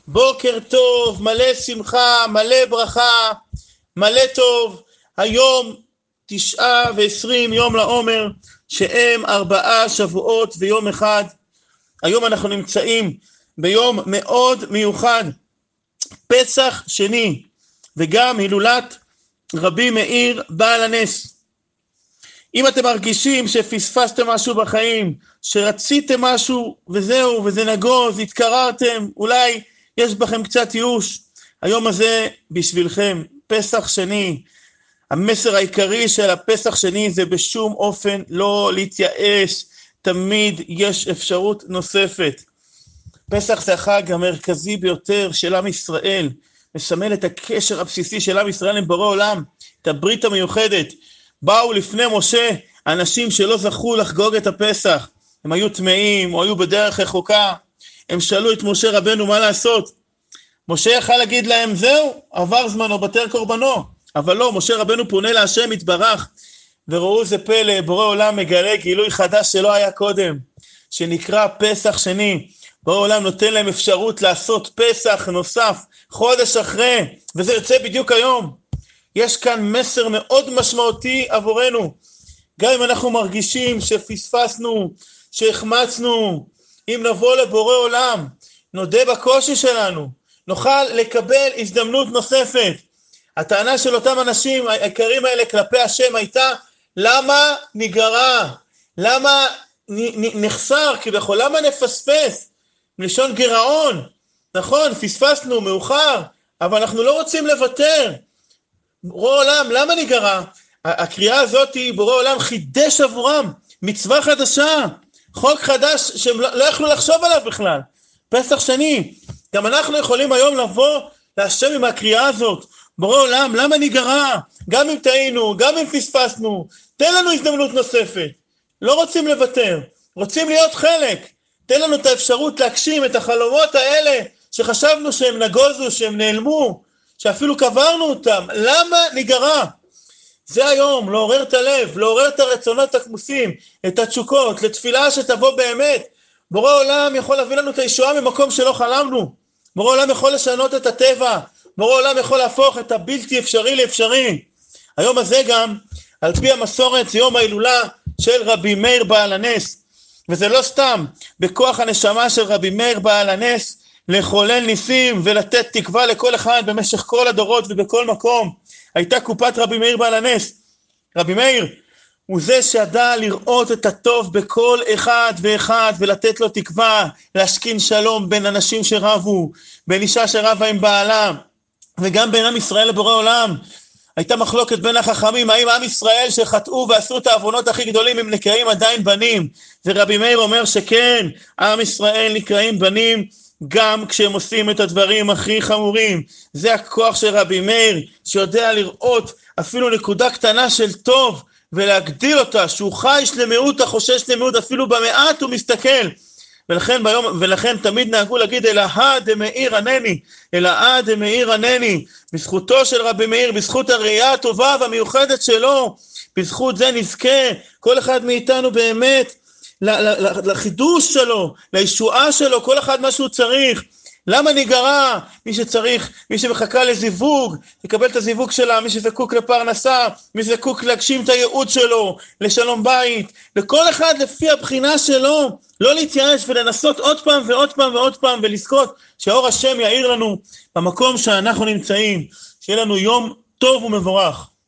בוקר טוב, מלא שמחה, מלא ברכה, מלא טוב. היום 9 ו-20 יום לעומר, שהם 4 שבועות ויום אחד. היום אנחנו נמצאים ביום מאוד מיוחד, פסח שני, וגם הילולת רבי מאיר בעל הנס. אם אתם מרגישים שפספסתם משהו בחיים, שרציתם משהו וזהו, וזה נגוז, התקררתם, אולי יש בכם קצת ייאוש, היום הזה בשבילכם, פסח שני. המסר העיקרי של הפסח שני זה בשום אופן לא להתייאש, תמיד יש אפשרות נוספת. פסח זה החג המרכזי ביותר של עם ישראל, מסמל את הקשר הבסיסי של עם ישראל עם בורא עולם, את הברית המיוחדת. באו לפני משה אנשים שלא זכו לחגוג את הפסח, הם היו טמאים או היו בדרך רחוקה, הם שאלו את משה רבנו מה לעשות. משה יכל להגיד להם זהו, עבר זמנו בטל קורבנו, אבל לא, משה רבנו פונה להשם יתברך, וראו זה פלא, בורא עולם מגלה גילוי חדש שלא היה קודם, שנקרא פסח שני. בורא עולם נותן להם אפשרות לעשות פסח נוסף, חודש אחרי, וזה יוצא בדיוק היום. יש כאן מסר מאוד משמעותי עבורנו, גם אם אנחנו מרגישים שפספסנו, שהחמצנו, אם נבוא לבורא עולם, נודה בקושי שלנו, נוכל לקבל הזדמנות נוספת. הטענה של אותם אנשים היקרים האלה כלפי השם הייתה, למה נגרע? למה נחסר כביכול? למה נפספס? מלשון גירעון. נכון, פספסנו, מאוחר, אבל אנחנו לא רוצים לוותר. בורא עולם, למה נגרע? הקריאה הזאת, בורא עולם חידש עבורם מצווה חדשה, חוק חדש שהם לא יכלו לחשוב עליו בכלל. פסח שני, גם אנחנו יכולים היום לבוא להשם עם הקריאה הזאת, בורא עולם, למה נגרע? גם אם טעינו, גם אם פספסנו, תן לנו הזדמנות נוספת. לא רוצים לוותר, רוצים להיות חלק. תן לנו את האפשרות להגשים את החלומות האלה שחשבנו שהם נגוזו, שהם נעלמו, שאפילו קברנו אותם. למה נגרע? זה היום, לעורר את הלב, לעורר את הרצונות הכמוסים, את התשוקות, לתפילה שתבוא באמת. בורא עולם יכול להביא לנו את הישועה ממקום שלא חלמנו. בורא עולם יכול לשנות את הטבע. בורא עולם יכול להפוך את הבלתי אפשרי לאפשרי. היום הזה גם, על פי המסורת, זה יום ההילולה של רבי מאיר בעל הנס. וזה לא סתם, בכוח הנשמה של רבי מאיר בעל הנס, לחולל ניסים ולתת תקווה לכל אחד במשך כל הדורות ובכל מקום. הייתה קופת רבי מאיר בעל הנס. רבי מאיר הוא זה שידע לראות את הטוב בכל אחד ואחד ולתת לו תקווה, להשכין שלום בין אנשים שרבו, בין אישה שרבה עם בעלה, וגם בין עם ישראל לבורא עולם. הייתה מחלוקת בין החכמים, האם עם ישראל שחטאו ועשו את העוונות הכי גדולים הם נקראים עדיין בנים, ורבי מאיר אומר שכן, עם ישראל נקראים בנים גם כשהם עושים את הדברים הכי חמורים. זה הכוח של רבי מאיר, שיודע לראות אפילו נקודה קטנה של טוב ולהגדיל אותה, שהוא חי שלמות, החושש שלמות, אפילו במעט הוא מסתכל. ולכן תמיד נהגו להגיד אלהה דמאיר ענני, אלהה דמאיר ענני. בזכותו של רבי מאיר, בזכות הראייה הטובה והמיוחדת שלו, בזכות זה נזכה כל אחד מאיתנו באמת לחידוש שלו, לישועה שלו, כל אחד מה שהוא צריך. למה נגרע? מי שצריך, מי שמחכה לזיווג, יקבל את הזיווג שלה, מי שזקוק לפרנסה, מי שזקוק להגשים את הייעוד שלו, לשלום בית, לכל אחד לפי הבחינה שלו, לא להתייאש ולנסות עוד פעם ועוד פעם ועוד פעם, ולזכות שהאור השם יאיר לנו במקום שאנחנו נמצאים. שיהיה לנו יום טוב ומבורך.